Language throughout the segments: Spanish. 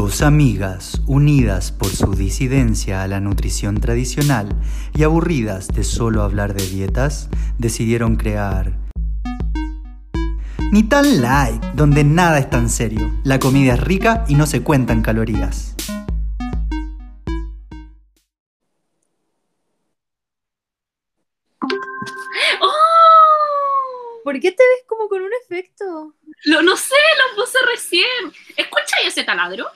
Dos amigas unidas por su disidencia a la nutrición tradicional y aburridas de solo hablar de dietas, decidieron crear Ni Tan Light, donde nada es tan serio, la comida es rica y no se cuentan calorías. ¡Oh! ¿Por qué te ves como con un efecto? No sé, lo puse recién. ¿Escucháis ese taladro?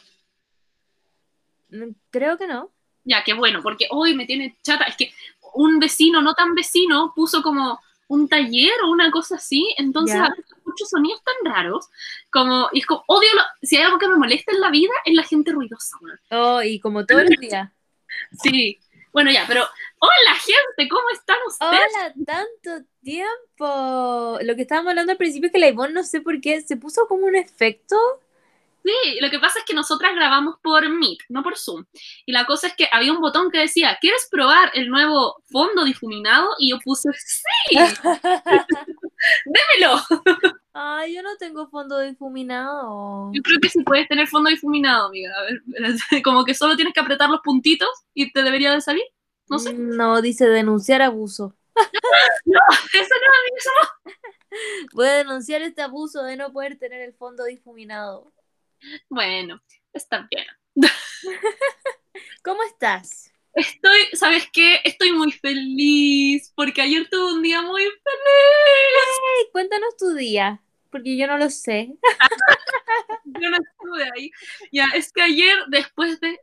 Creo que no. Ya, qué bueno, porque hoy me tiene chata. Es que un vecino, no tan vecino, puso como un taller o una cosa así, entonces ¿Ya? a veces escucho sonidos tan raros, y es como, odio, si hay algo que me molesta en la vida, es la gente ruidosa, weón. Oh, y como todos los días. Sí, bueno, ya, pero, hola gente, ¿cómo están ustedes? ¡Hola! ¡Tanto tiempo! Lo que estábamos hablando al principio es que la Ivonne, no sé por qué, se puso como un efecto. Sí, lo que pasa es que nosotras grabamos por Meet, no por Zoom. Y la cosa es que había un botón que decía, ¿quieres probar el nuevo fondo difuminado? Y yo puse, sí, démelo. Ay, yo no tengo fondo difuminado. Yo creo que sí puedes tener fondo difuminado, amiga. A ver, como que solo tienes que apretar los puntitos y te debería de salir. No sé. No, dice denunciar abuso. No, eso no, amiga, eso no. Voy a denunciar este abuso de no poder tener el fondo difuminado. Bueno, está bien. ¿Cómo estás? ¿Sabes qué? Estoy muy feliz porque ayer tuve un día muy feliz. Hey, cuéntanos tu día, porque yo no lo sé. Yo no estuve ahí. Ya, es que ayer, después de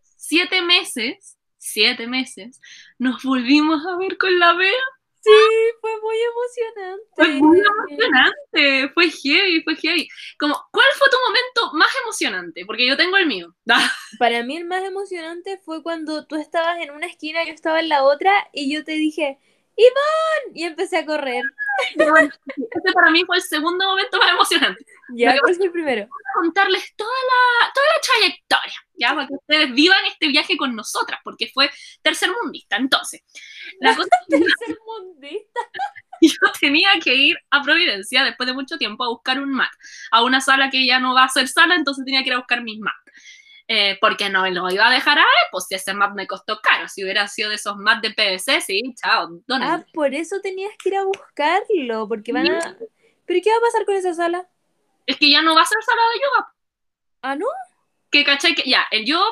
7 meses, nos volvimos a ver con la Bea. Sí, fue muy Fue muy emocionante. emocionante, fue heavy, fue heavy. Como, ¿cuál fue tu momento más emocionante? Porque yo tengo el mío. Para mí el más emocionante fue cuando tú estabas en una esquina, yo estaba en la otra y yo te dije, ¡Ivonne! Y empecé a correr. Ya, bueno, ese para mí fue el segundo momento más emocionante. Lo Ya, que ¿cuál fue el primero? contarles toda la trayectoria, ¿ya? Para que ustedes vivan este viaje con nosotras, porque fue tercermundista. Entonces, la cosa es que Tercermundista. yo tenía que ir a Providencia después de mucho tiempo a buscar un Mac, a una sala que ya no va a ser sala, entonces tenía que ir a buscar mis Mac. Porque no me lo iba a dejar a él, pues si ese Mac me costó caro, si hubiera sido de esos Mac de PVC, sí, chao, Ah, dónenme. por eso tenías que ir a buscarlo, porque van a... ¿Pero qué va a pasar con esa sala? Es que ya no va a ser sala de yoga, Ah, ¿no? que caché que ya,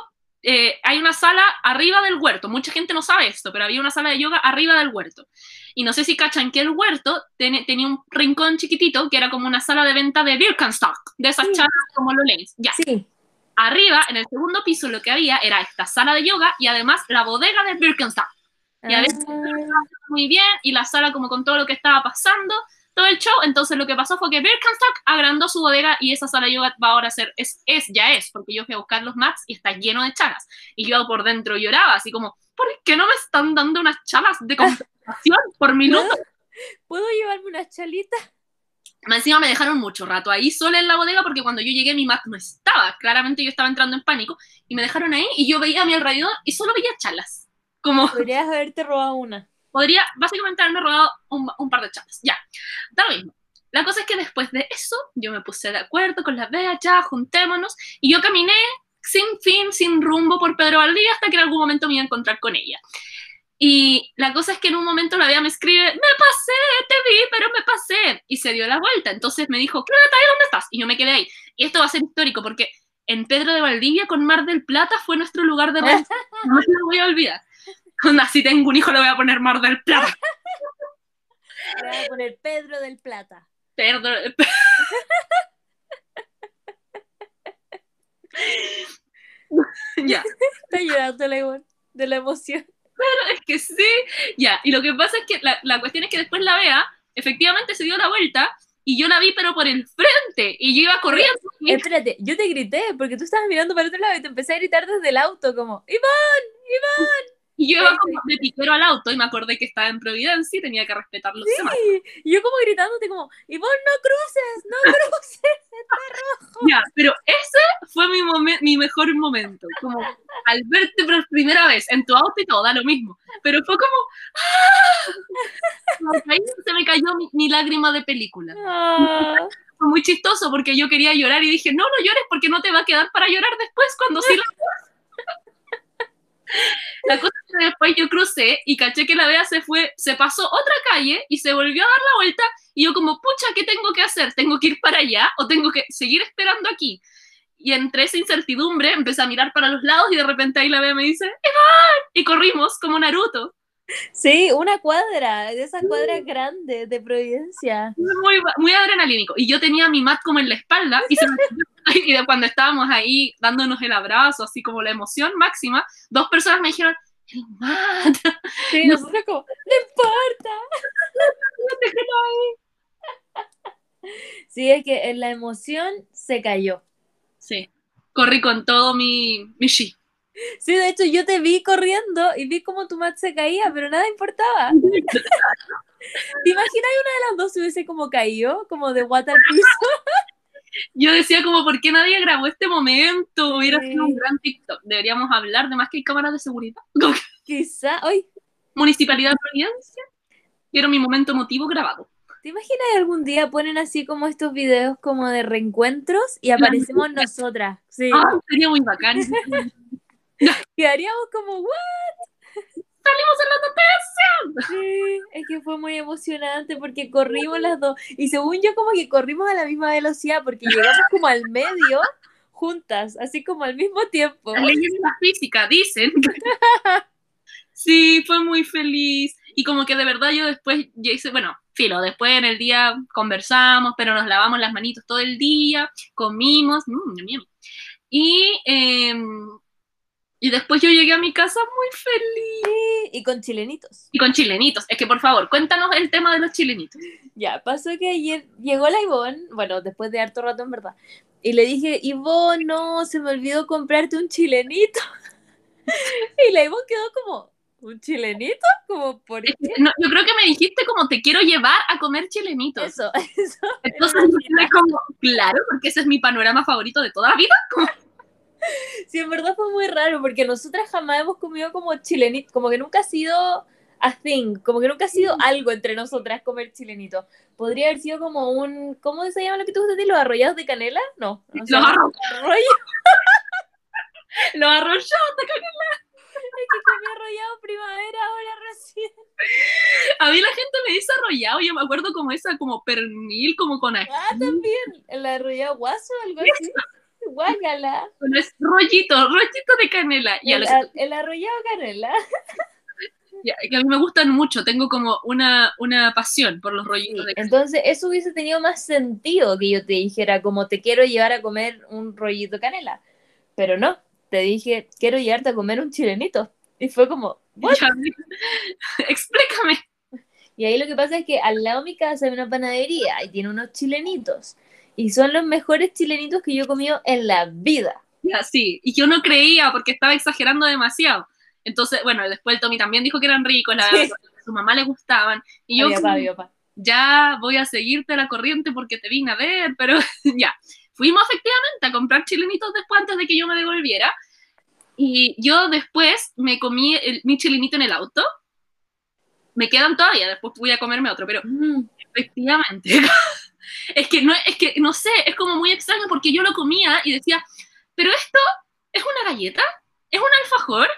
hay una sala arriba del huerto, mucha gente no sabe esto, pero había una sala de yoga arriba del huerto. Y no sé si cachan que el huerto tenía un rincón chiquitito que era como una sala de venta de Birkenstock, de esas Sí, charlas como lo leéis. Ya, sí. arriba, en el segundo piso, lo que había era esta sala de yoga y además la bodega de Birkenstock. Y Ah, había muy bien y la sala como con todo lo que estaba pasando, todo el show. Entonces lo que pasó fue que Birkenstock agrandó su bodega y esa sala de yoga va ahora a ser, ya es, porque yo fui a buscar los maps y está lleno de chalas. Y yo por dentro lloraba, así como, ¿por qué no me están dando unas chalas de compensación por ¿puedo, minuto? ¿puedo llevarme unas chalitas? Encima me dejaron mucho rato ahí sola en la bodega porque cuando yo llegué mi Mac no estaba. Claramente yo estaba entrando en pánico y me dejaron ahí y yo veía a mi alrededor y solo veía chalas. Como Podrías haberte robado una. podría básicamente haberme robado un par de chalas. Ya, da lo mismo. La cosa es que después de eso yo me puse de acuerdo con la Bea, ya, juntémonos y yo caminé sin fin, sin rumbo por Pedro Valdivia hasta que en algún momento me iba a encontrar con ella. Y la cosa es que en un momento la Bea me escribe, me pasé, te vi, pero me pasé. Y se dio la vuelta. Entonces me dijo, Clara, ¿dónde estás? Y yo me quedé ahí. Y esto va a ser histórico porque en Pedro de Valdivia con Mar del Plata fue nuestro lugar de reencuentro. No me lo voy a olvidar. Onda, si tengo un hijo le voy a poner Mar del Plata. Le voy a poner Pedro del Plata. Perdón. Ya, Está llorando la Ivonne de la emoción. es que sí. Ya, y lo que pasa es que la cuestión es que después la Bea efectivamente se dio la vuelta y yo la vi pero por el frente y yo iba Pero, corriendo. espérate, yo te grité porque tú estabas mirando para otro lado y te empecé a gritar desde el auto como, ¡Ivonne! ¡Ivonne! Y yo Y iba ahí como estoy. de piquero al auto y me acordé que estaba en Providencia y tenía que respetar los semáforos. Sí, y yo como gritándote como, ¡Ivonne, no cruces! ¡No cruces! ¡Está rojo! Ya, pero ese fue mi mejor momento. Como al verte por primera vez en tu auto y todo, da lo mismo. Pero fue como, ¡ah! Como que ahí se me cayó mi lágrima de película. Ah, fue muy chistoso porque yo quería llorar y dije, no, no llores porque no te va a quedar para llorar después cuando sí la cosa es que después yo crucé y caché que la Bea se pasó otra calle y se volvió a dar la vuelta y yo como, pucha, ¿qué tengo que hacer? ¿Tengo que ir para allá o tengo que seguir esperando aquí? Y entre esa incertidumbre empecé a mirar para los lados y de repente ahí la Bea me dice, ¡Iván! Y corrimos como Naruto. Sí, una cuadra, de esas cuadras grandes de Providencia. Muy, muy adrenalínico. Y yo tenía a mi mat como en la espalda y cuando estábamos ahí dándonos el abrazo, así como la emoción máxima, dos personas me dijeron, el mat. Sí, nosotros como, no importa. Sí, es que en la emoción se cayó. Sí, corrí con todo mi chi. Sí, de hecho yo te vi corriendo y vi cómo tu mat se caía, pero nada importaba. ¿Te imaginas una de las dos se hubiese como caído, como de guata al piso? Yo decía como, ¿por qué nadie grabó este momento? Hubiera Sí. sido un gran TikTok. Deberíamos hablar de más que hay cámaras de seguridad. Quizá, hoy, Municipalidad de Providencia. Quiero mi momento emotivo grabado. ¿te imaginas algún día ponen así como estos videos como de reencuentros y aparecemos nosotras? Sí. Ah, sería muy bacán. Quedaríamos como, ¿what? ¡Salimos en la noticia! Sí, es que fue muy emocionante porque corrimos las dos. Y según yo, como que corrimos a la misma velocidad porque llegamos como al medio juntas, así como al mismo tiempo. Las leyes de la física dicen. Sí, fue muy feliz. Y como que de verdad yo después, yo hice, bueno, filo, después en el día conversamos, pero nos lavamos las manitos todo el día, comimos, y, y después yo llegué a mi casa muy feliz. Y con chilenitos. Y con chilenitos. Es que por favor, cuéntanos el tema de los chilenitos. Ya, pasó que ayer llegó la Ivonne, bueno, después de harto rato en verdad, y le dije, Ivonne, no, se me olvidó comprarte un chilenito. Y la Ivonne quedó como, ¿un chilenito? Como, ¿por qué? No, yo creo que me dijiste como te quiero llevar a comer chilenitos. Eso. Entonces yo quedé como, claro, porque ese es mi panorama favorito de toda la vida. Como, Sí, en verdad fue muy raro, porque nosotras jamás hemos comido como chilenito, como que nunca ha sido a thing, como que nunca ha sido algo entre nosotras comer chilenito. Podría haber sido como un, ¿cómo se llama lo que tú gusta a ti? ¿Los arrollados de canela? No, los arrollados de canela. Es que comí arrollado primavera ahora recién. A mí la gente me dice arrollado, yo me acuerdo como esa, como pernil, como con ají. Ah, también, el arrollado guaso, algo así. Guácala. Bueno, es rollito de canela. Ya, El arrollado canela. ya, que a mí me gustan mucho, tengo como una pasión por los rollitos Sí, de canela. entonces eso hubiese tenido más sentido que yo te dijera, como te quiero llevar a comer un rollito canela. Pero no, te dije, quiero llevarte a comer un chilenito. Y fue como, ¿what? Ya, explícame. Y ahí lo que pasa es que al lado de mi casa hay una panadería y tiene unos chilenitos. Y son los mejores chilenitos que yo he comido en la vida. Ya, sí, y yo no creía porque estaba exagerando demasiado. Entonces, bueno, después el Tommy también dijo que eran ricos, Sí. a su mamá le gustaban. Y yo, A mi papá. ya voy a seguirte la corriente porque te vine a ver, pero ya. Fuimos efectivamente a comprar chilenitos después antes de que yo me devolviera. Y yo después me comí mi chilenito en el auto. Me quedan todavía, después voy a comerme otro, pero efectivamente. Es que no sé, es como muy extraño porque yo lo comía y decía, pero esto es una galleta, es un alfajor.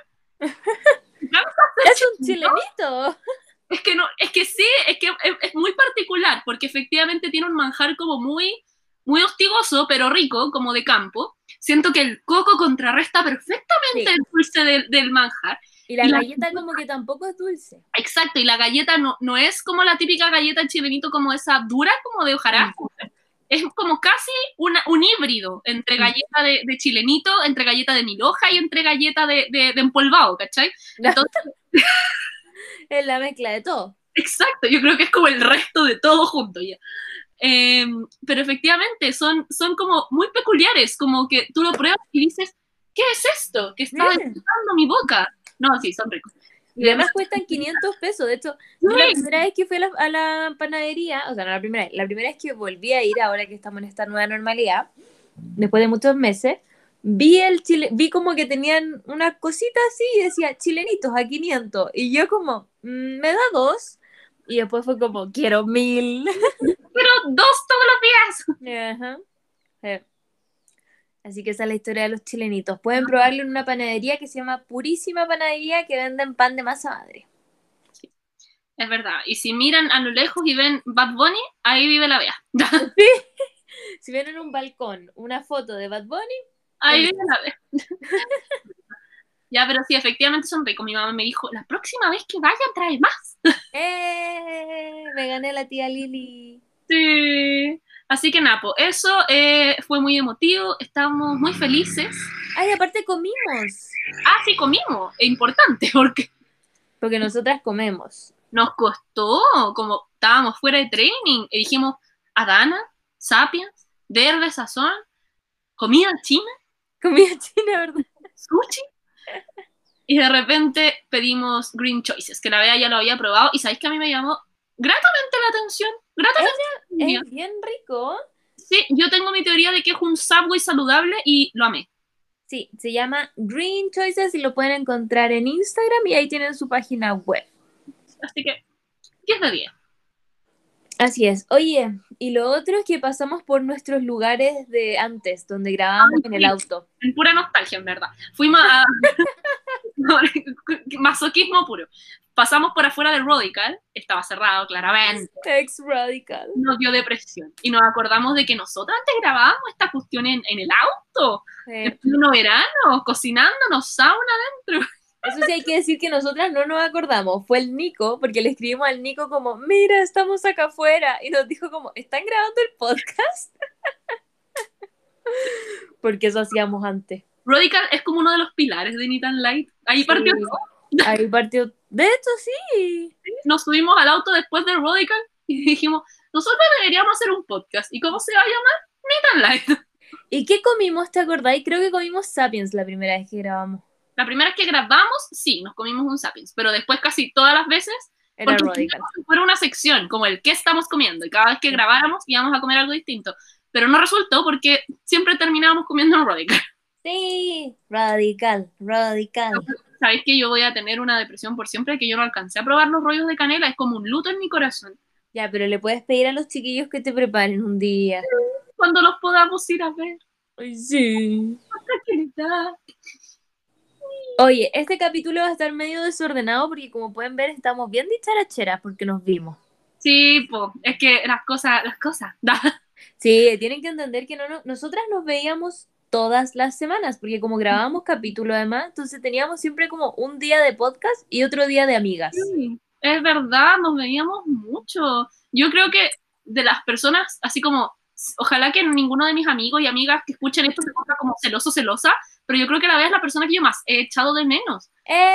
Es un chilenito. Es que no, es que sí, es muy particular porque efectivamente tiene un manjar como muy, muy hostigoso, pero rico, como de campo. Siento que el coco contrarresta perfectamente Sí. el dulce del manjar. Y la galleta como que tampoco es dulce. Exacto, y la galleta no es como la típica galleta chilenito como esa dura, como de hojarasca. Es como casi un híbrido entre galleta de chilenito, entre galleta de mil hoja y entre galleta de empolvado, ¿cachai? Entonces, Es la mezcla de todo. exacto, yo creo que es como el resto de todo junto ya. Pero efectivamente son como muy peculiares, como que tú lo pruebas y dices, ¿qué es esto? ¿Qué está despertando mi boca? No, sí, son ricos. Y además cuestan 500 pesos. De hecho, yo la primera vez que fui a la panadería, o sea, no la primera vez que volví a ir, ahora que estamos en esta nueva normalidad, después de muchos meses, vi como que tenían una cosita así y decía chilenitos a 500. Y yo como, ¿me da dos? Y después fue como, quiero 1000. Pero 2 todos los días. Ajá. Así que esa es la historia de los chilenitos. Pueden probarlo en una panadería que se llama Purísima Panadería, que venden pan de masa madre. Es verdad. Y si miran a lo lejos y ven Bad Bunny, ahí vive la Bea. Si ven en un balcón una foto de Bad Bunny, Ahí vive la Bea. Ya, pero sí, efectivamente son ricos. Mi mamá me dijo, la próxima vez que vayan trae más. me gané la tía Lili. Sí. Así que Napo, eso fue muy emotivo, estábamos muy felices. Ay, aparte comimos. Ah, sí, comimos, es importante, Porque nosotras comemos. nos costó, como estábamos fuera de training, y dijimos, Adana, Sapiens, Verde Sazón, comida china, Comida china, ¿verdad? sushi, y de repente pedimos Green Choices, que la Bea ya lo había probado, y sabéis que a mí me llamó gratamente la atención, gratamente. Es bien rico. Sí, yo tengo mi teoría de que es un Subway saludable y lo amé. Sí, se llama Green Choices y lo pueden encontrar en Instagram y ahí tienen su página web. Así que, 10 de 10. Así es. Oye, y lo otro es que pasamos por nuestros lugares de antes, donde grabábamos en el auto. En pura nostalgia, en verdad. Fuimos a... masoquismo puro. Pasamos por afuera del Radical, estaba cerrado, claramente. Ex Radical. Nos dio depresión. Y nos acordamos de que nosotros antes grabábamos esta cuestión en el auto. En pleno verano, cocinándonos, sauna adentro. Eso sí hay que decir que nosotras no nos acordamos. Fue el Nico, porque le escribimos al Nico como, mira, estamos acá afuera. Y nos dijo como, ¿están grabando el podcast? Porque eso hacíamos antes. Radical es como uno de los pilares de Nitan Light. Ahí partió todo. Ahí partió. De hecho, sí. Nos subimos al auto después de Radical y dijimos, nosotros deberíamos hacer un podcast. ¿Y cómo se va a llamar? Nitan Light. ¿Y qué comimos, te acordáis? Creo que comimos Sapiens la primera vez que grabamos. La primera vez que grabamos, sí, nos comimos un Sapiens, pero después casi todas las veces Era porque Radical. fuera una sección, como el qué estamos comiendo, y cada vez que grabáramos íbamos a comer algo distinto. Pero no resultó porque siempre terminábamos comiendo un Radical. Sí, Radical. Sabéis que yo voy a tener una depresión por siempre, que yo no alcancé a probar los rollos de canela, es como un luto en mi corazón. Ya, pero le puedes pedir a los chiquillos que te preparen un día. Cuando los podamos ir a ver. Ay, sí. Tranquilidad. Oye, este capítulo va a estar medio desordenado porque como pueden ver estamos bien dicharacheras porque nos vimos. Sí, po, es que las cosas. Sí, tienen que entender que nosotras nos veíamos todas las semanas porque como grabábamos capítulo además, entonces teníamos siempre como un día de podcast y otro día de amigas. Sí, es verdad, nos veíamos mucho. Yo creo que de las personas, así como, ojalá que ninguno de mis amigos y amigas que escuchen esto se ponga como celoso, celosa, pero yo creo que la Bea es la persona que yo más he echado de menos.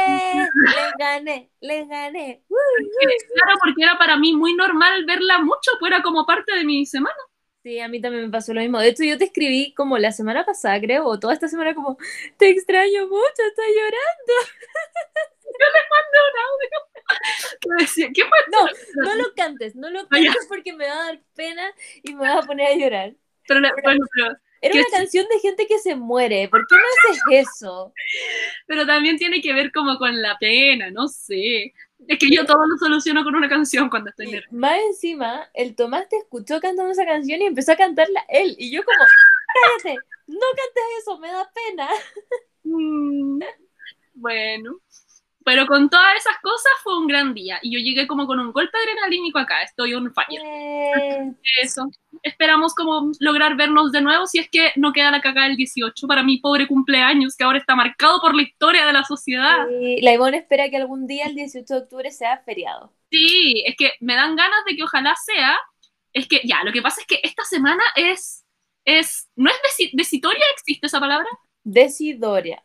Les gané. Claro, porque era para mí muy normal verla mucho, pues era como parte de mi semana. Sí, a mí también me pasó lo mismo. De hecho, yo te escribí como la semana pasada, creo, o toda esta semana como, te extraño mucho, estoy llorando. Yo le mandé un audio que decía, ¿qué fue? No lo cantes porque me va a dar pena y me vas a poner a llorar. Pero era una canción de gente que se muere. ¿Por qué no haces eso? Pero también tiene que ver como con la pena, no sé. Es que yo todo lo soluciono con una canción cuando estoy nerviosa. Más encima, el Tomás te escuchó cantando esa canción y empezó a cantarla él. Y yo como, cállate, no cantes eso, me da pena. Bueno. Pero con todas esas cosas fue un gran día. Y yo llegué como con un golpe adrenalínico acá. Estoy on fire. Eso. Esperamos como lograr vernos de nuevo si es que no queda la cagada del 18 para mi pobre cumpleaños, que ahora está marcado por la historia de la sociedad. La Ivonne espera que algún día, el 18 de octubre, sea feriado. Sí, es que me dan ganas de que ojalá sea. Es que ya, lo que pasa es que esta semana ¿no es decitoria? ¿Existe esa palabra? Decidora.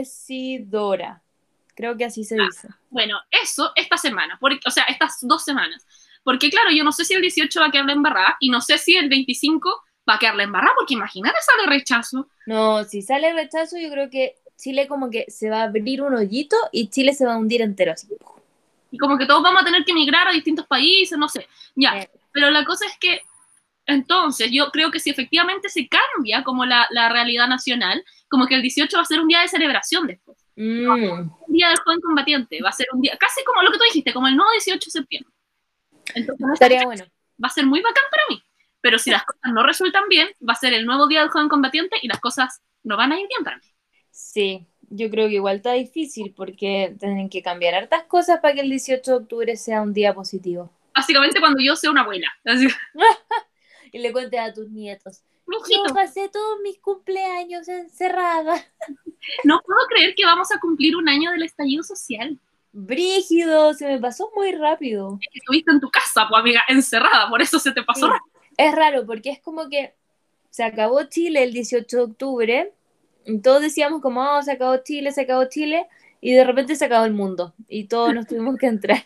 Creo que así se dice. Bueno, eso esta semana, o sea, estas 2 semanas. Porque claro, yo no sé si el 18 va a quedar la embarrada y no sé si el 25 va a quedar la embarrada, porque imagínate, sale rechazo. No, si sale rechazo, yo creo que Chile como que se va a abrir un hoyito y Chile se va a hundir entero así. Y como que todos vamos a tener que emigrar a distintos países, no sé. Ya, pero la cosa es que entonces yo creo que si efectivamente se cambia como la realidad nacional, como que el 18 va a ser un día de celebración después. Un día del joven combatiente, va a ser un día, casi como lo que tú dijiste, como el nuevo 18 de septiembre. Entonces, Estaría bueno. va a ser muy bacán para mí. Pero si las cosas no resultan bien, va a ser el nuevo día del joven combatiente y las cosas no van a ir bien para mí. Sí, yo creo que igual está difícil porque tienen que cambiar hartas cosas para que el 18 de octubre sea un día positivo. Básicamente cuando yo sea una abuela. Así, Y le cuentes a tus nietos. mijito, Yo pasé todos mis cumpleaños encerrada. no puedo creer que vamos a cumplir un año del estallido social. Brígido, se me pasó muy rápido. Estuviste en tu casa, pues amiga, encerrada, por eso se te pasó Sí, rápido. es raro porque es como que se acabó Chile el 18 de octubre. Y todos decíamos como, oh, se acabó Chile. Y de repente se acabó el mundo. Y todos nos tuvimos que entrar.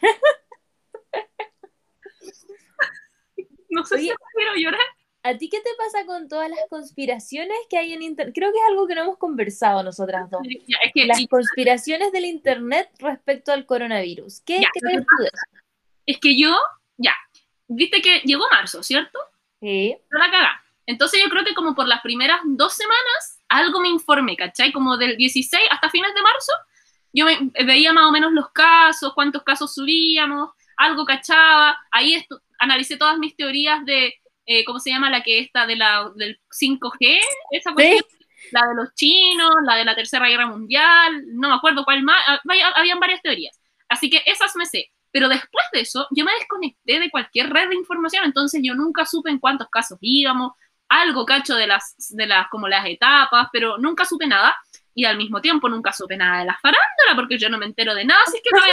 No sé si Oye, quiero llorar. ¿a ti qué te pasa con todas las conspiraciones que hay en internet? Creo que es algo que no hemos conversado nosotras dos. Ya, es que, Las conspiraciones del internet respecto al coronavirus. ¿Qué ya, crees tú de eso? es que yo, ya, viste que llegó marzo, ¿cierto? Sí, No la cagá. Entonces yo creo que como por las primeras 2 semanas algo me informé, ¿cachai? Como del 16 hasta fines de marzo, yo veía más o menos los casos, cuántos casos subíamos, algo cachaba, ahí analicé todas mis teorías de, ¿cómo se llama? La que está del 5G, esa cuestión, sí. la de los chinos, la de la Tercera Guerra Mundial, no me acuerdo cuál más, habían varias teorías. Así que esas me sé. Pero después de eso, yo me desconecté de cualquier red de información, entonces yo nunca supe en cuántos casos íbamos, algo cacho de como las etapas, pero nunca supe nada, y al mismo tiempo nunca supe nada de la farándula, porque yo no me entero de nada, así que no voy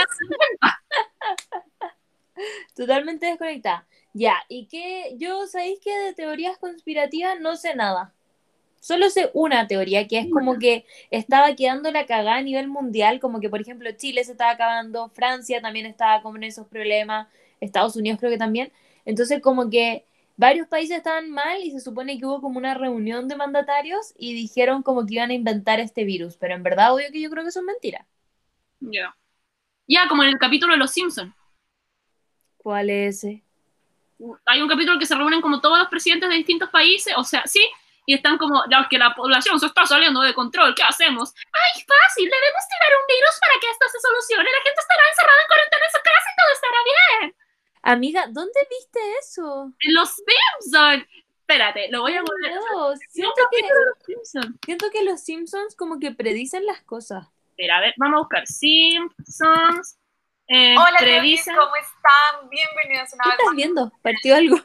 a Totalmente desconectada. Ya, y que yo, ¿sabéis que de teorías conspirativas no sé nada? Solo sé una teoría, que es como que estaba quedando la cagada a nivel mundial, como que, por ejemplo, Chile se estaba acabando, Francia también estaba con esos problemas, Estados Unidos creo que también. Entonces, como que varios países estaban mal y se supone que hubo como una reunión de mandatarios y dijeron como que iban a inventar este virus, pero en verdad, obvio que yo creo que son mentiras. Ya, ya, como en el capítulo de Los Simpsons. ¿Cuál es ese? Hay un capítulo que se reúnen como todos los presidentes de distintos países, o sea, sí, y están como, ya que la población se está saliendo de control, ¿qué hacemos? ¡Ay, fácil! Debemos tirar un virus para que esto se solucione, la gente estará encerrada en cuarentena en su casa y todo estará bien. Amiga, ¿dónde viste eso? En Los Simpsons. Espérate, lo voy a volver. No, siento que los Simpsons como que predicen las cosas. Espera, a ver, vamos a buscar Simpsons. Hola, predicen. ¿cómo están? Bienvenidos una ¿Qué vez estás más. viendo? ¿Partió algo?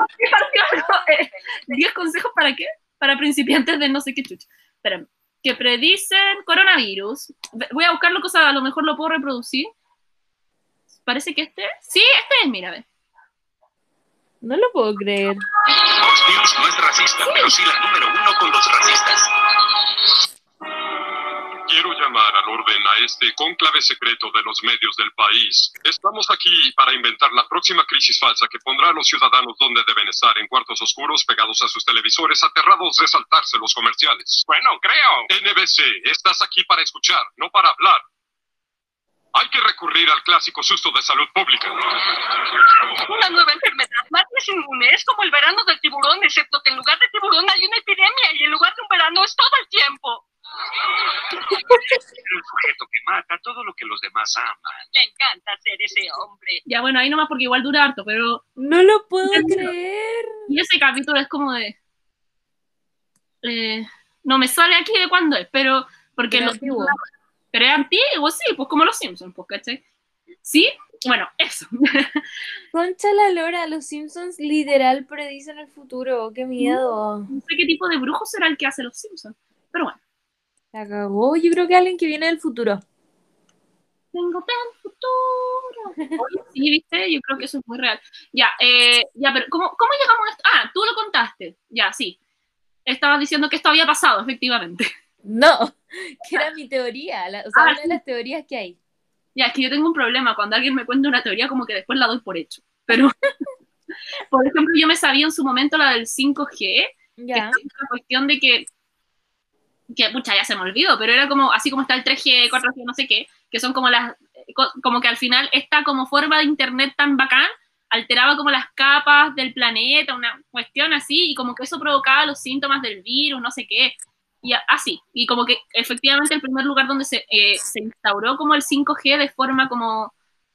10 consejos para qué? Para principiantes de no sé qué chucha. Espérame. Que predicen coronavirus. Voy a buscarlo, cosa, a lo mejor lo puedo reproducir. Parece que este. Sí, este es, mira, a ver. No lo puedo creer. Fox News no es racista, pero sí la número 1 con los racistas. Quiero llamar al orden a este cónclave secreto de los medios del país. Estamos aquí para inventar la próxima crisis falsa que pondrá a los ciudadanos donde deben estar, en cuartos oscuros, pegados a sus televisores, aterrados de saltarse los comerciales. Bueno, creo. NBC, estás aquí para escuchar, no para hablar. Hay que recurrir al clásico susto de salud pública. Una nueva enfermedad, más inmune, es como el verano del tiburón, excepto que en lugar de tiburón hay una epidemia y en lugar de un verano es todo el tiempo. El sujeto que mata todo lo que los demás aman. Le encanta ser ese hombre. Ya, bueno, ahí nomás porque igual dura harto, pero. No lo puedo creer. Y ese capítulo es como de. No me sale aquí de cuándo es, pero. Porque Pero antiguo. Pero es antiguo, sí, pues como los Simpsons, pues, ¿cachai? Sí, bueno, eso. Concha la lora, los Simpsons literal predicen el futuro. Qué miedo. No sé qué tipo de brujo será el que hace los Simpsons, pero bueno. La cagó. Yo creo que alguien que viene del futuro. Tengo tan futuro. Oye, sí, ¿viste? Yo creo que eso es muy real. Ya, pero ¿cómo llegamos a esto? Ah, tú lo contaste. Ya, sí. Estabas diciendo que esto había pasado, efectivamente. No, que era mi teoría. O sea, una de las teorías que hay. Ya, es que yo tengo un problema. Cuando alguien me cuenta una teoría, como que después la doy por hecho. Pero, por ejemplo, yo me sabía en su momento la del 5G, Ya. que es una cuestión de que pucha, ya se me olvidó, pero era como, así como está el 3G, 4G, no sé qué, que son como como que al final esta como forma de internet tan bacán, alteraba como las capas del planeta, una cuestión así, y como que eso provocaba los síntomas del virus, no sé qué, y así, y como que efectivamente el primer lugar donde se instauró como el 5G de forma como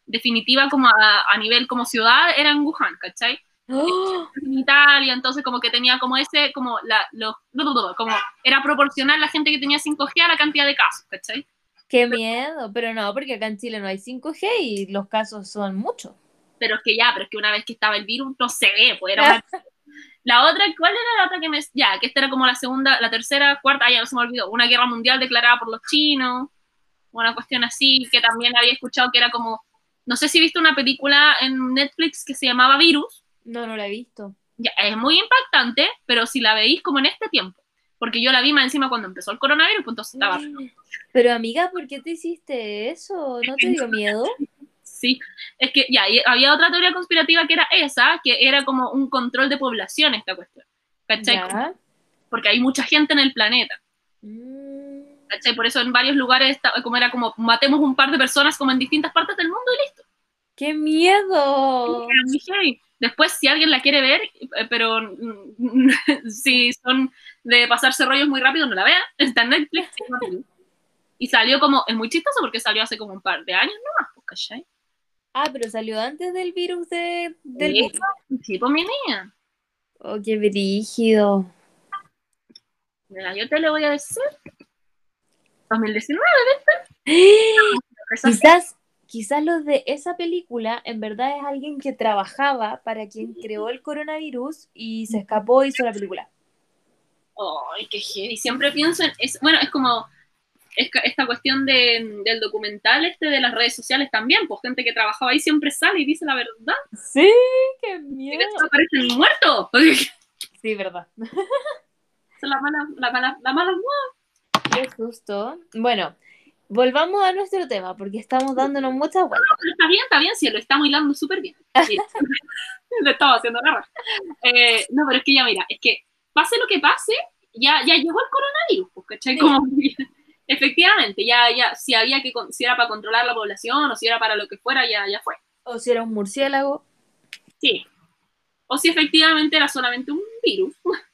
definitiva como a nivel como ciudad era en Wuhan, ¿cachai? ¡Oh! En Italia, entonces como que tenía como ese, como como era proporcional la gente que tenía 5G a la cantidad de casos, ¿cachai? ¡Qué miedo! Pero no, porque acá en Chile no hay 5G y los casos son muchos. Pero es que una vez que estaba el virus, no se ve, pues era una... La otra, ¿cuál era la otra que me... Ya, que esta era como la segunda, la tercera, cuarta, ya no se me olvidó, una guerra mundial declarada por los chinos, una cuestión así, que también había escuchado que era como, no sé si viste una película en Netflix que se llamaba Virus, No, no la he visto. ya, es muy impactante, pero si la veís como en este tiempo, porque yo la vi más encima cuando empezó el coronavirus, pues entonces estaba... Pero amiga, ¿por qué te hiciste eso? ¿No te dio miedo? Sí, es que ya, y había otra teoría conspirativa que era esa, que era como un control de población esta cuestión, ¿cachai? Ya. Porque hay mucha gente en el planeta, Mm. ¿cachai? Por eso en varios lugares como era como matemos un par de personas como en distintas partes del mundo y listo. ¡Qué miedo! Era muy heavy. Después, si alguien la quiere ver, pero si son de pasarse rollos muy rápido, no la vean, está en Netflix. Y salió como, es muy chistoso porque salió hace como un par de años nomás, pues, ¿cachai? Ah, pero salió antes del virus del Sí, virus. sí, pues mi niña. Oh, qué brígido. Mira, yo te lo voy a decir. 2019, Quizás los de esa película en verdad es alguien que trabajaba para quien creó el coronavirus y se escapó y hizo la película. ay, qué heavy. Siempre pienso en, bueno, es como esta cuestión del documental de las redes sociales también, pues gente que trabajaba ahí siempre sale y dice la verdad. Sí, qué Y miedo. después aparecen muertos. Sí, verdad. Esa es la mala nueva. Qué susto. Bueno, volvamos a nuestro tema porque estamos dándonos muchas vueltas. Pero está bien, sí, lo estamos hilando súper bien. Mira, lo estaba haciendo la raja. No, pero es que ya, mira, es que pase lo que pase, ya llegó el coronavirus, pues, ¿cachai? Sí. Como, efectivamente, ya, si si era para controlar la población o si era para lo que fuera, ya fue. O si era un murciélago. Sí. O si efectivamente era solamente un virus.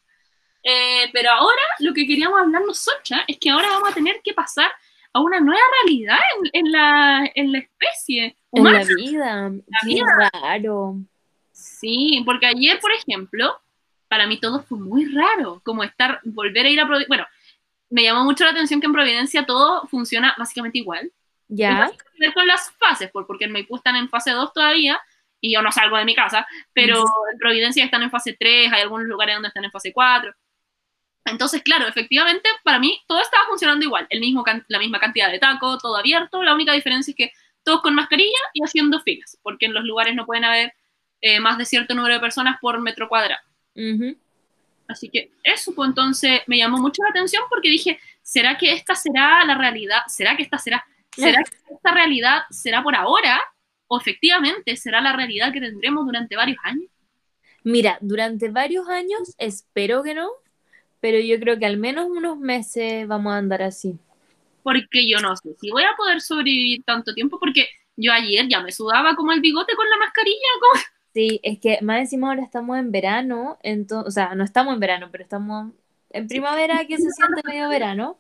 Pero ahora lo que queríamos hablar nosotras es que ahora vamos a tener que pasar a una nueva realidad en la especie humana. En la vida. Qué vida. raro. Sí, porque ayer, por ejemplo, para mí todo fue muy raro, como volver a ir a Providencia. Bueno, me llamó mucho la atención que en Providencia todo funciona básicamente igual. ¿Ya? Tiene que ver con las fases, porque en Maipú están en fase 2 todavía, y yo no salgo de mi casa, pero en Providencia están en fase 3, hay algunos lugares donde están en fase 4. Entonces, claro, efectivamente, para mí todo estaba funcionando igual, la misma cantidad de tacos, todo abierto, la única diferencia es que todos con mascarilla y haciendo filas, porque en los lugares no pueden haber más de cierto número de personas por metro cuadrado. Ujú. Así que eso, pues entonces me llamó mucho la atención porque dije, ¿será que esta será la realidad? ¿Será que esta realidad será por ahora? ¿O efectivamente será la realidad que tendremos durante varios años? Mira, durante varios años espero que no, pero yo creo que al menos unos meses vamos a andar así. Porque yo no sé si voy a poder sobrevivir tanto tiempo, porque yo ayer ya me sudaba como el bigote con la mascarilla. Sí, es que más encima ahora estamos en verano, o sea, no estamos en verano, pero estamos en primavera que se siente medio verano.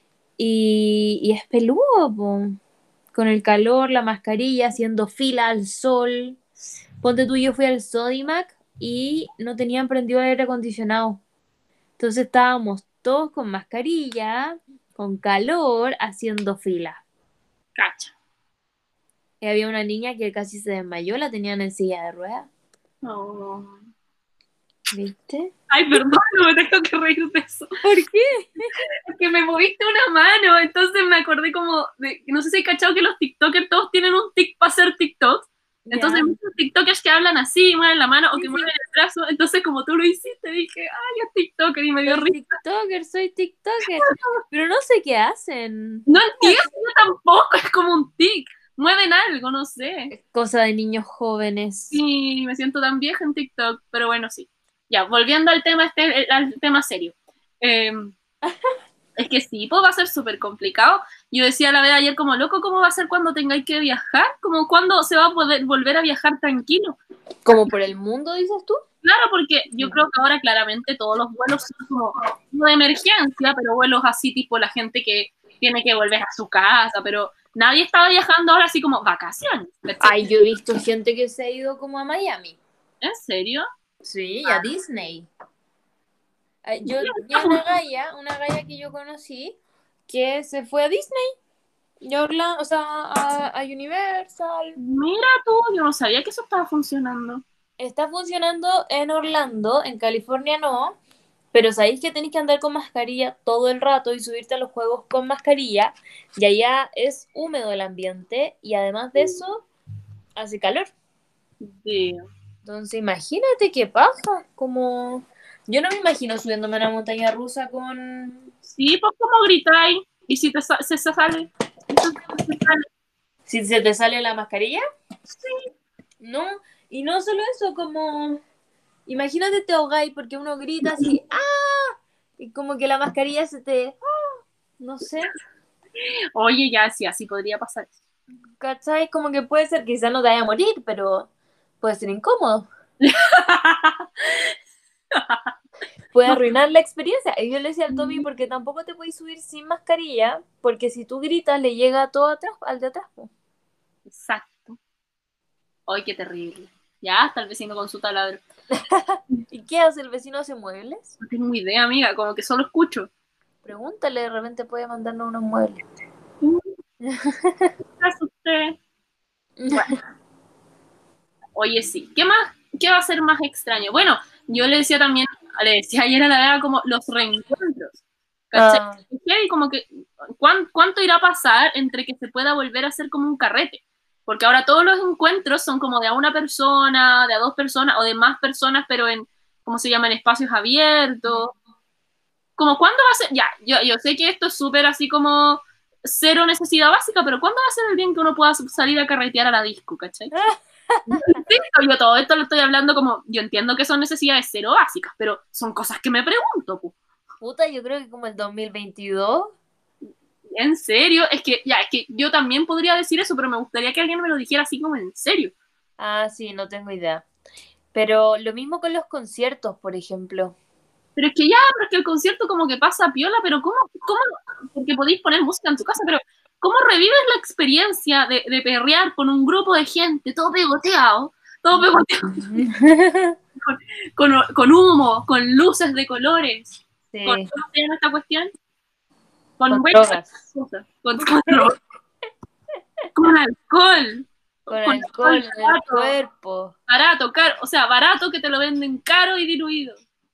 Y es peludo, po. Con el calor, la mascarilla, haciendo fila al sol. Ponte tú, yo fui al Sodimac y no tenían prendido el aire acondicionado. Entonces estábamos todos con mascarilla, con calor, haciendo fila. Cacha. Y había una niña que casi se desmayó, la tenían en silla de ruedas. No. ¿Viste? Ay, perdón, no me tengo que reír de eso. ¿Por qué? Es que me moviste una mano, entonces me acordé como de, no sé si hay cachado que los TikTokers todos tienen un tic para hacer TikToks. Entonces hay muchos TikTokers que hablan así, mueven la mano o que mueven el brazo. Entonces como tú lo hiciste, dije, ay, es TikToker y me dio risa. Soy TikToker, pero no sé qué hacen. No entiendo, yo tampoco, es como un tic. Mueven algo, no sé. Cosa de niños jóvenes. Sí, me siento tan vieja en TikTok, pero bueno, sí. Ya, volviendo al tema al tema serio. Es que sí, pues va a ser súper complicado. Yo decía la vez ayer como, loco, ¿cómo va a ser cuando tengáis que viajar? Como cuándo se va a poder volver a viajar tranquilo. ¿Como por el mundo, dices tú? Claro, porque yo creo que ahora claramente todos los vuelos son como no de emergencia, pero vuelos así tipo la gente que tiene que volver a su casa, pero nadie estaba viajando ahora así como vacaciones. ¿Cachai? Ay, yo he visto gente que se ha ido como a Miami. ¿En serio? Sí, a Disney. Yo vi una galla que yo conocí que se fue a Disney. Y a Orlando, o sea, a Universal. Mira tú, yo no sabía que eso estaba funcionando. Está funcionando en Orlando, en California no. Pero sabéis que tenéis que andar con mascarilla todo el rato y subirte a los juegos con mascarilla. Y allá es húmedo el ambiente y además de eso hace calor. Sí. Entonces imagínate qué pasa. Como yo no me imagino subiéndome a una montaña rusa con... Sí, pues como gritáis, y si se sale. Si se te sale la mascarilla. Sí. No, y no solo eso, como... Imagínate te ahogáis porque uno grita así, ¡ah! Y como que la mascarilla se te... ¡ah! No sé, Oye, ya, sí, así podría pasar. ¿cachai? Como que puede ser, quizás no te vaya a morir, pero puede ser incómodo. Puede arruinar la experiencia. Y yo le decía al Tommy, porque tampoco te puedes subir sin mascarilla, porque si tú gritas le llega todo atrás, al de atrás. Po. Exacto. Ay, qué terrible. Ya, hasta el vecino con su taladro. ¿Y qué hace? ¿El vecino hace muebles? No tengo idea, amiga, como que solo escucho. Pregúntale, de repente puede mandarnos unos muebles. ¿Qué hace usted? Bueno. Oye, sí. ¿Qué más? ¿Qué va a ser más extraño? Bueno, yo le decía también, le decía ayer a la Bea como los reencuentros. ¿Cachai? Ah, Y como que, ¿cuánto irá a pasar entre que se pueda volver a hacer como un carrete? Porque ahora todos los encuentros son como de a una persona, de a dos personas o de más personas, pero en, ¿cómo se llama? En espacios abiertos. Como, ¿cuándo va a ser? Ya, yo sé que esto es súper así como cero necesidad básica, pero ¿cuándo va a ser el día en que uno pueda salir a carretear a la disco, cachai? Yo todo esto lo estoy hablando como, yo entiendo que son necesidades cero básicas, pero son cosas que me pregunto, pu. puta, yo creo que como el 2022. En serio, es que yo también podría decir eso, pero me gustaría que alguien me lo dijera así como en serio. Ah, sí, no tengo idea. Pero lo mismo con los conciertos, por ejemplo. Pero es que el concierto como que pasa piola, pero ¿cómo? Porque podéis poner música en tu casa, pero ¿cómo revives la experiencia de perrear con un grupo de gente, todo pegoteado, con humo, con luces de colores, Sí, ¿cómo se llama esta cuestión? con buenas drogas, cosas, con alcohol, con con alcohol en el barato, cuerpo. barato, caro, o sea, barato que te lo venden caro y diluido.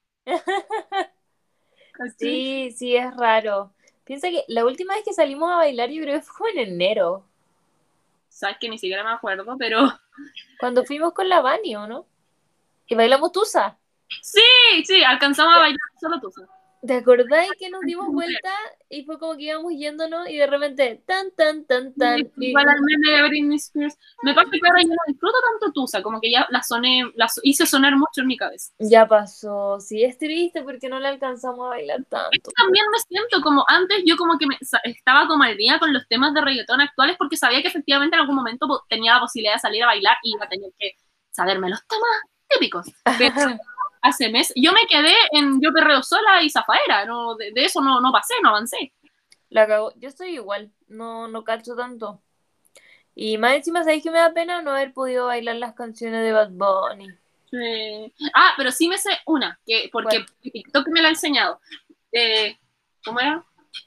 ¿Cachai? Sí, sí, es raro. Piensa que la última vez que salimos a bailar yo creo que fue en enero, Sabes que ni siquiera me acuerdo, pero cuando fuimos con la Vani, ¿o no? Y bailamos Tusa. sí, alcanzamos a bailar solo tú. ¿Te acordáis que nos dimos vuelta y fue como que íbamos yéndonos y de repente tan, tan, tan, tan? Y... Igual al meme de Britney Spears. Me pasa que ahora yo no disfruto tanto Tusa, como que ya la hice sonar mucho en mi cabeza. Ya pasó. Sí, es triste porque no la alcanzamos a bailar tanto. También me siento como antes, yo como que estaba como al día con los temas de reggaetón actuales porque sabía que efectivamente en algún momento tenía la posibilidad de salir a bailar y iba a tener que saberme los temas típicos. Pero hace meses, yo me quedé en Yo Perreo Sola y Zafaera, no, de eso no pasé, no avancé. La cagó. Yo estoy igual, no cacho tanto. Y más encima, ¿sabéis que me da pena no haber podido bailar las canciones de Bad Bunny? Ah, pero sí me sé una, porque ¿Cuál? TikTok me la ha enseñado. ¿Cómo era?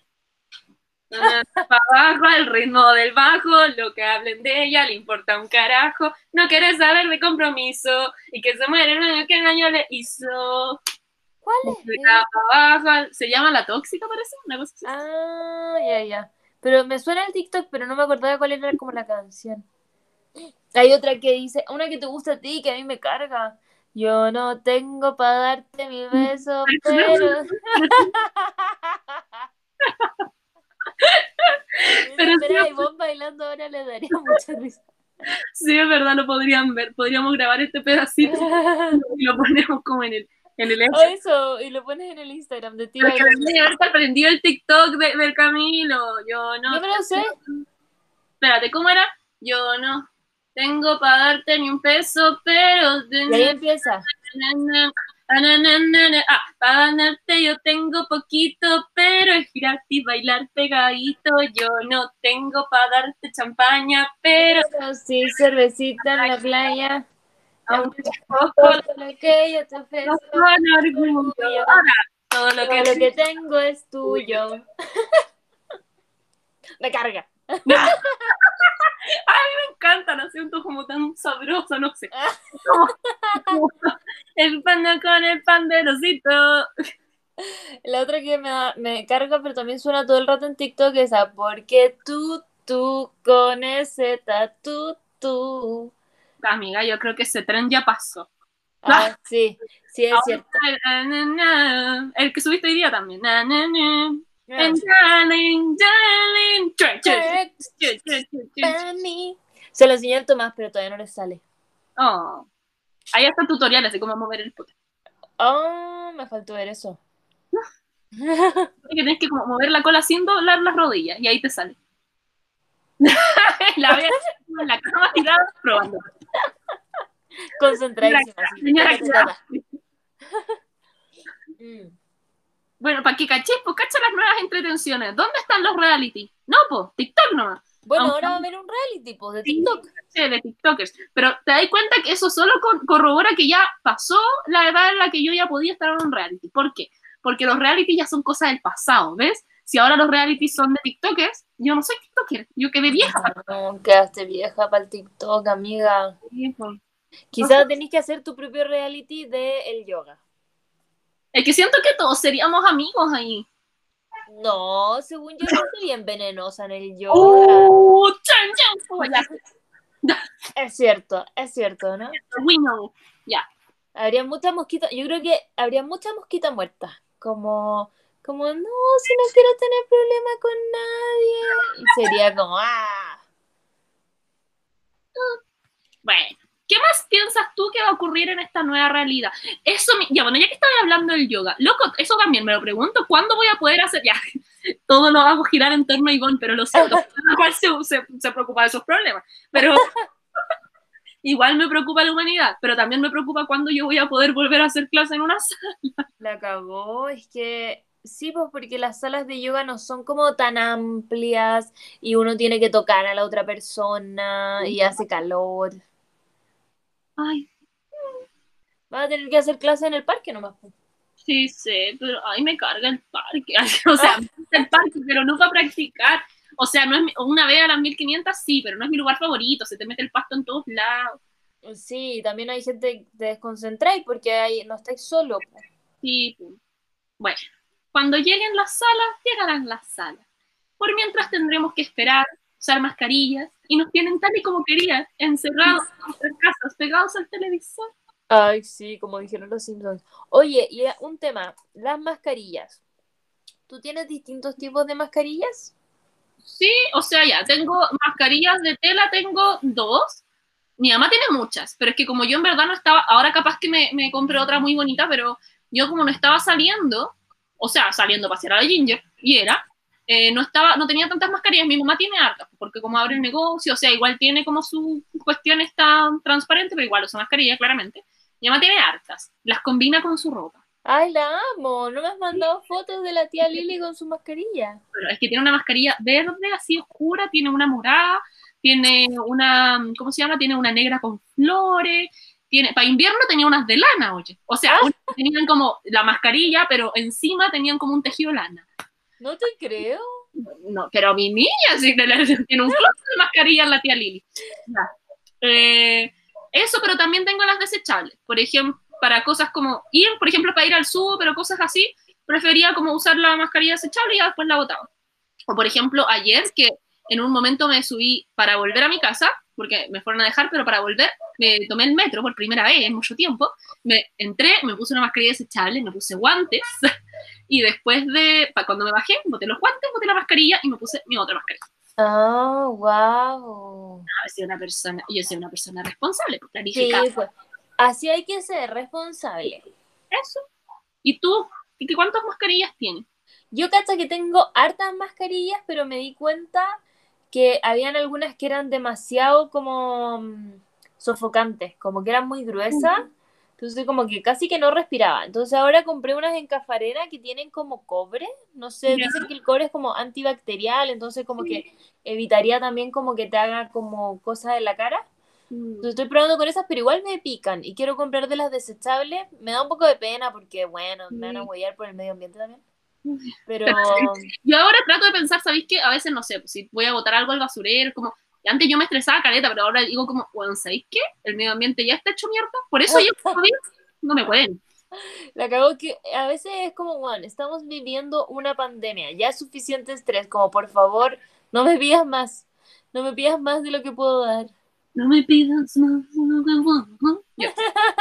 Para abajo, el ritmo del bajo, lo que hablen de ella le importa un carajo, no quiere saber de compromiso y que se muere el año que el año le hizo. ¿Cuál De es? acá para abajo, se llama La Tóxica, parece, una cosa así. Ah, ya. Pero me suena el TikTok, pero no me acordaba cuál era como la canción. Hay otra que dice, una que te gusta a ti, que a mí me carga. Yo no tengo para darte mi beso, pero... Pero Espera, sí, y vos bailando ahora le daría mucha risa. sí, es verdad, lo podrían ver, podríamos grabar este pedacito y lo ponemos como en el O eso, y lo pones en el Instagram de ti Porque bailando. debería haber aprendido el TikTok del Camilo. Yo no. Yo me lo sé. Espérate, ¿cómo era? Yo no tengo para darte ni un peso, pero. Y ahí empieza. Para ganarte yo tengo poquito, pero es gratis bailar pegadito. Yo no tengo para darte champaña, pero Pero sí, cervecita en la playa. aunque Todo poco lo que yo te ofrezco con orgullo. tuyo. Ahora, todo lo Todo que lo que tengo es tuyo. Recarga. me encanta, lo siento como tan sabroso, no sé. Como el pan con el pan de rosito. La otra que me carga, pero también suena todo el rato en TikTok, es esa, porque tú, con ese tú. Amiga, yo creo que ese tren ya pasó. Ah, sí, sí es cierto. El que subiste hoy día también. Ah. And darling, darling. Para mí. Se lo enseñé al Tomás, pero todavía no le sale. Oh. Ahí está tutoriales de cómo mover el pote. Oh, me faltó ver eso. Que tienes que como mover la cola sin doblar las rodillas y ahí te sale. La veo en la cama tirada probando. Concentradísima. Así. Señora, Tata. bueno, para que caché, pues cacha las nuevas entretenciones. ¿Dónde están los reality? No, pues, TikTok nomás. Bueno, Aunque- ahora va a haber un reality, pues, de Sí, TikTok. sí, de TikTokers. Pero te das cuenta que eso solo corrobora que ya pasó la edad en la que yo ya podía estar en un reality. ¿Por qué? Porque los reality ya son cosas del pasado, ¿ves? Si ahora los reality son de TikTokers, yo no soy TikToker, yo quedé vieja. No, quedaste vieja para el TikTok, amiga. Sí, pues. Quizás tenés que hacer tu propio reality de el yoga. Es que siento que todos seríamos amigos ahí. No, según yo, soy bien venenosa en el yoga. Chan, chan, pues, ya. Es cierto, ¿no? We know. Ya. Habría muchas mosquitas, yo creo que habría muchas mosquitas muertas. Como, no, si no quiero tener problema con nadie. Y sería como, Bueno, ¿qué más piensas tú que va a ocurrir en esta nueva realidad? Eso, ya, bueno, ya que estaba hablando del yoga, loco, eso también me lo pregunto, ¿cuándo voy a poder hacer? Ya, todo lo hago girar en torno a Ivonne, pero lo siento, igual se preocupa de esos problemas, pero igual me preocupa la humanidad, pero también me preocupa cuándo yo voy a poder volver a hacer clase en una sala. la cagó. Es que sí, pues porque las salas de yoga no son como tan amplias y uno tiene que tocar a la otra persona y hace calor. Ay, Vas a tener que hacer clase en el parque nomás, pues. sí sé, pero ay, me carga el parque, o sea, me gusta el parque, pero no para practicar. O sea, no es una vez a las 1500, sí, pero no es mi lugar favorito, se te mete el pasto en todos lados. Sí, también hay gente que te desconcentráis porque no estáis solo, pues. Sí, pues. Bueno, cuando lleguen las salas, llegarán las salas. Por mientras tendremos que esperar, usar mascarillas, y nos tienen tal y como querían, encerrados en nuestras casas, pegados al televisor. Ay, sí, como dijeron los Simpsons. Oye, y un tema, las mascarillas. ¿Tú tienes distintos tipos de mascarillas? Sí, o sea, ya, tengo mascarillas de tela, tengo 2. Mi mamá tiene muchas, pero es que como yo en verdad no estaba, ahora capaz que me compré otra muy bonita, pero yo como no estaba saliendo, o sea, saliendo a pasear a la Ginger, no tenía tantas mascarillas, mi mamá tiene hartas, porque como abre el negocio, o sea, igual tiene como su cuestión está transparente, pero igual usa mascarilla, claramente. Mi mamá tiene hartas, las combina con su ropa. Ay, la amo. ¿No me has mandado fotos de la tía Lili con su mascarilla? Pero es que tiene una mascarilla verde, así oscura, tiene una morada, tiene una, ¿cómo se llama? Tiene una negra con flores, para invierno tenía unas de lana, oye. O sea, tenían como la mascarilla, pero encima tenían como un tejido lana. No te creo. No, pero mi niña sí tiene un closet de mascarillas la tía Lili. Eso, pero también tengo las desechables. Por ejemplo, para cosas como por ejemplo, para ir al súper o cosas así, prefería como usar la mascarilla desechable y ya después la botaba. O por ejemplo, ayer que en un momento me subí para volver a mi casa, porque me fueron a dejar, pero para volver me tomé el metro por primera vez en mucho tiempo, entré, me puse una mascarilla desechable, me puse guantes, y después cuando me bajé, boté los guantes, boté la mascarilla y me puse mi otra mascarilla. Oh, wow. Yo soy una persona responsable, planificada. Sí, pues. Así hay que ser responsable. Eso. ¿Y tú? ¿Y cuántas mascarillas tienes? Yo cacho que tengo hartas mascarillas, pero me di cuenta que habían algunas que eran demasiado como sofocantes, como que eran muy gruesas, Entonces como que casi que no respiraba. Entonces ahora compré unas en Cafarena que tienen como cobre. No sé, Ya. dicen que el cobre es como antibacterial, entonces como que evitaría también como que te haga como cosas en la cara. Entonces estoy probando con esas, pero igual me pican y quiero comprar de las desechables. Me da un poco de pena porque, bueno, me van a huellar por el medio ambiente también. Pero Yo ahora trato de pensar, ¿sabéis qué? A veces no sé, pues, si voy a botar algo al basurero, como, antes yo me estresaba caleta, pero ahora digo como, bueno, ¿sabéis qué? El medio ambiente ya está hecho mierda, por eso yo todavía no me pueden. la cago que a veces es como, bueno, estamos viviendo una pandemia, ya es suficiente estrés, como por favor, no me pidas más, no me pidas más de lo que puedo dar. No me pidas más, no me puedo. Ya.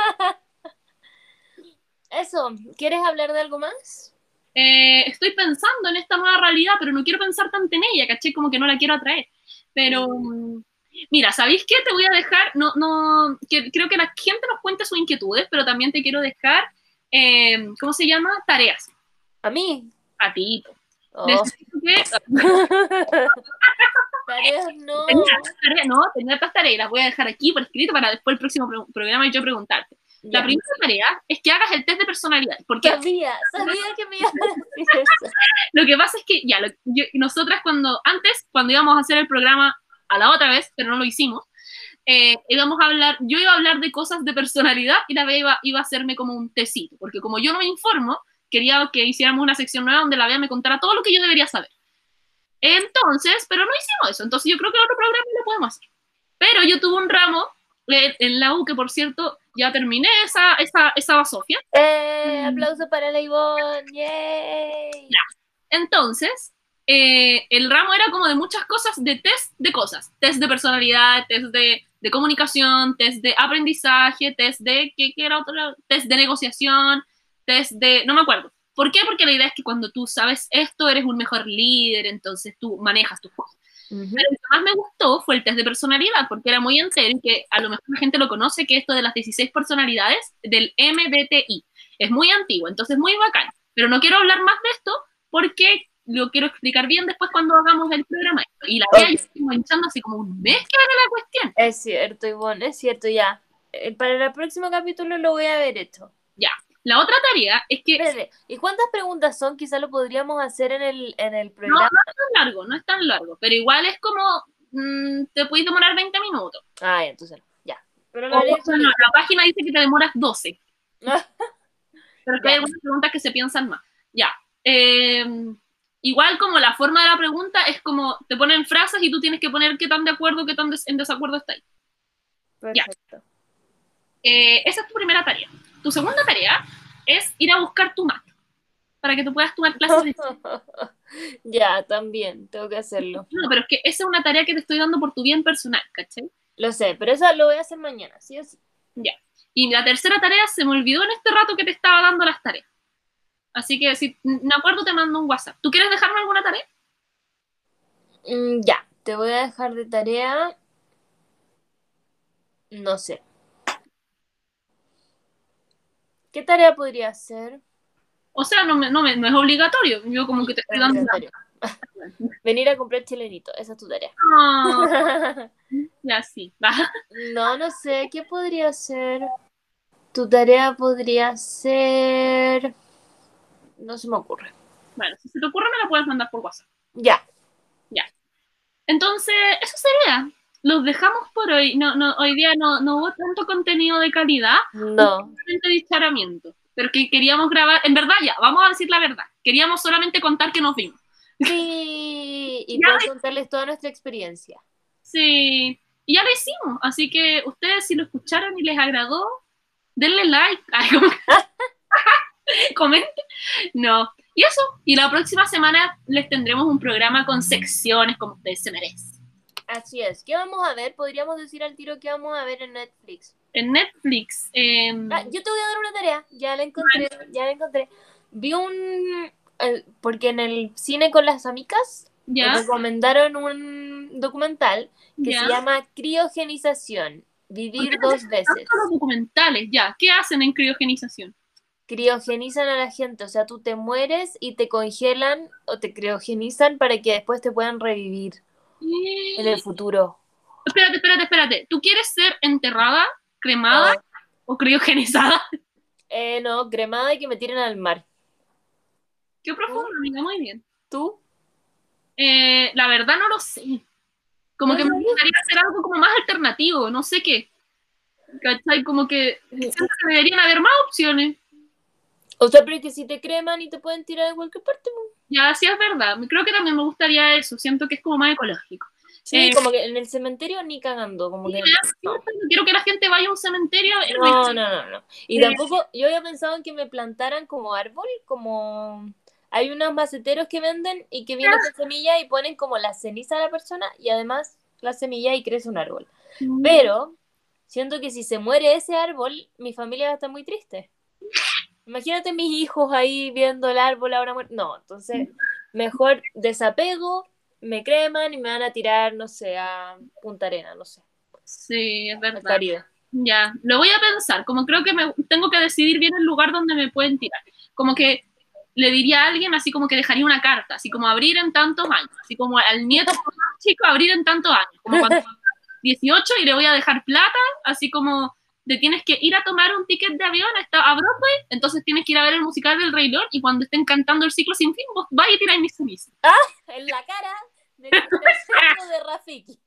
Eso, ¿quieres hablar de algo más? Estoy pensando en esta nueva realidad, pero no quiero pensar tanto en ella, ¿caché? Como que no la quiero atraer. Pero, mira, ¿sabéis qué? Te voy a dejar, creo que la gente nos cuente sus inquietudes, pero también te quiero dejar, ¿cómo se llama? Tareas. ¿A mí? A ti. Oh. Necesito que... Tareas no. Tenía otras tareas y las voy a dejar aquí por escrito para después el próximo programa y yo preguntarte. La Ya. primera tarea es que hagas el test de personalidad, porque Sabía que me ibas a decir eso. lo que pasa es que ya, nosotras cuando íbamos a hacer el programa a la otra vez, pero no lo hicimos, yo iba a hablar de cosas de personalidad y la Bea iba a hacerme como un tecito, porque como yo no me informo, quería que hiciéramos una sección nueva donde la Bea me contara todo lo que yo debería saber. Entonces, pero no hicimos eso, entonces yo creo que en otro programa lo podemos hacer. Pero yo tuve un ramo en la U, que por cierto, ya terminé esa basofia. Aplauso para la Ivonne, yay. Entonces, el ramo era como de muchas cosas, de test de cosas. Test de personalidad, test de comunicación, test de aprendizaje, test de, ¿qué era otro? Test de negociación, test de, no me acuerdo. ¿Por qué? Porque la idea es que cuando tú sabes esto, eres un mejor líder, entonces tú manejas tus cosas. Pero lo que más me gustó fue el test de personalidad, porque era muy entero y que a lo mejor la gente lo conoce, que esto de las 16 personalidades del MBTI. Es muy antiguo, entonces muy bacán. Pero no quiero hablar más de esto porque lo quiero explicar bien después cuando hagamos el programa. Y la idea yo estoy manchando así como un mes que era la cuestión. Es cierto, Ivonne, es cierto, ya. Para el próximo capítulo lo voy a ver hecho. Ya. La otra tarea es que... Espérate, ¿y cuántas preguntas son? Quizás lo podríamos hacer en el No, programa. no es tan largo, pero igual es como... te puedes demorar 20 minutos. Ah, ya, entonces no, ya. Pero O, lo haré no, la página dice que te demoras 12. Pero es que Ya. hay algunas preguntas que se piensan más. Ya. Igual como la forma de la pregunta es como te ponen frases y tú tienes que poner qué tan de acuerdo, qué tan en desacuerdo está ahí. Perfecto. Esa es tu primera tarea. Tu segunda tarea es ir a buscar tu mat para que tú puedas tomar clases de... Ya, también, tengo que hacerlo. No, pero es que esa es una tarea que te estoy dando por tu bien personal, ¿cachai? Lo sé, pero eso lo voy a hacer mañana, ¿sí o sí? Ya. Y la tercera tarea se me olvidó en este rato que te estaba dando las tareas. Así que si me acuerdo te mando un WhatsApp. ¿Tú quieres dejarme alguna tarea? Ya, te voy a dejar de tarea. No sé. ¿Qué tarea podría hacer? O sea, no es obligatorio. Yo como que te estoy dando una... Venir a comprar chilenito, esa es tu tarea. No, ya sí. No sé, ¿qué podría ser? Tu tarea podría ser... No se me ocurre. Bueno, si se te ocurre me la puedes mandar por WhatsApp. Ya. Entonces, eso sería. Los dejamos por hoy. Hoy día no hubo tanto contenido de calidad. No. Solamente disparamiento. Pero que queríamos grabar, en verdad ya, vamos a decir la verdad. Queríamos solamente contar que nos vimos. Sí, y poder contarles toda nuestra experiencia. Sí, y ya lo hicimos. Así que ustedes, si lo escucharon y les agradó, denle like. Ay, comenten. No. Y eso. Y la próxima semana les tendremos un programa con secciones como ustedes se merecen. Así es. ¿Qué vamos a ver? Podríamos decir al tiro qué vamos a ver en Netflix. En Netflix. Yo te voy a dar una tarea. Ya la encontré. Vi porque en el cine con las amigas ¿Ya? me recomendaron un documental que ¿Ya? se llama Criogenización. Vivir 2 veces. Los documentales, ya. ¿Qué hacen en criogenización? Criogenizan a la gente, o sea, tú te mueres y te congelan o te criogenizan para que después te puedan revivir en el futuro. Espérate. ¿Tú quieres ser enterrada, cremada ¿O criogenizada? No, cremada y que me tiren al mar. Qué profundo, amiga, muy bien. ¿Tú? La verdad no lo sé. Como que me gustaría hacer algo como más alternativo, no sé qué. ¿Cachai? Como que siento que deberían haber más opciones. O sea, pero es que si te creman y te pueden tirar de cualquier parte. Ya, sí es verdad. Creo que también me gustaría eso. Siento que es como más ecológico. Sí, como que en el cementerio ni cagando, como que No quiero que la gente vaya a un cementerio a verme. no. Y tampoco, yo había pensado en que me plantaran como árbol, como hay unos maceteros que venden y que vienen con semilla y ponen como la ceniza de la persona y además la semilla y crece un árbol. Pero siento que si se muere ese árbol, mi familia va a estar muy triste. Imagínate mis hijos ahí viendo el árbol ahora muerto. No, entonces mejor desapego, me creman y me van a tirar, no sé, a Punta Arena, no sé. Sí, es Al verdad. Caribe. Ya, lo voy a pensar. Como creo que tengo que decidir bien el lugar donde me pueden tirar. Como que le diría a alguien así como que dejaría una carta, así como abrir en tantos años, así como al nieto más chico abrir en tantos años, como cuando 18 y le voy a dejar plata, así como de tienes que ir a tomar un ticket de avión a Broadway, entonces tienes que ir a ver el musical del Rey León y cuando estén cantando el ciclo sin fin, vos vais y tiráis mis cenizas. En la cara del tercero de Rafiki.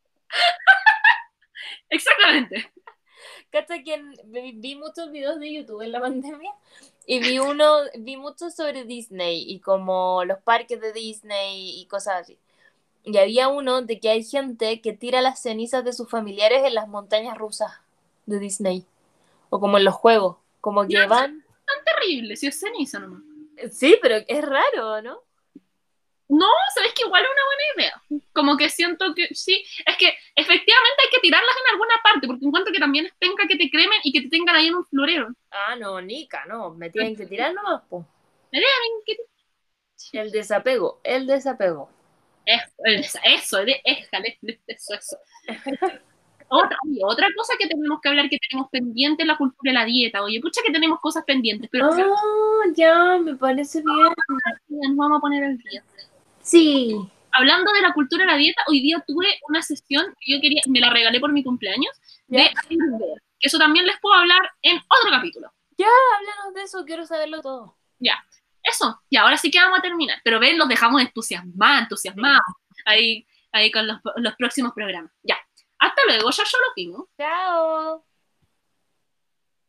Exactamente. Cacha que vi muchos videos de YouTube en la pandemia y vi muchos sobre Disney y como los parques de Disney y cosas así. Y había uno de que hay gente que tira las cenizas de sus familiares en las montañas rusas de Disney. O como en los juegos. Como que van. Tan terrible, si es ceniza nomás. Sí, pero es raro, ¿no? No, sabes que igual es una buena idea. Como que siento que sí, es que efectivamente hay que tirarlas en alguna parte, porque encuentro que también es penca que te cremen y que te tengan ahí en un florero. Ah, no, Nica, no. Me tienen que tirar nomás, po. Que El desapego, el desapego. eso. Otra cosa que tenemos que hablar, que tenemos pendiente, es la cultura de la dieta. Oye, pucha que tenemos cosas pendientes, pero Ya, me parece bien. nos vamos a poner al día. Sí. Hablando de la cultura de la dieta, hoy día tuve una sesión que yo quería, me la regalé por mi cumpleaños, de Ayurveda, que eso también les puedo hablar en otro capítulo. Ya, háblanos de eso, quiero saberlo todo. Ya, eso, y ahora sí que vamos a terminar, pero ven, los dejamos entusiasmados, ahí con los próximos programas. Ya, hasta luego, yo lo opino. Chao.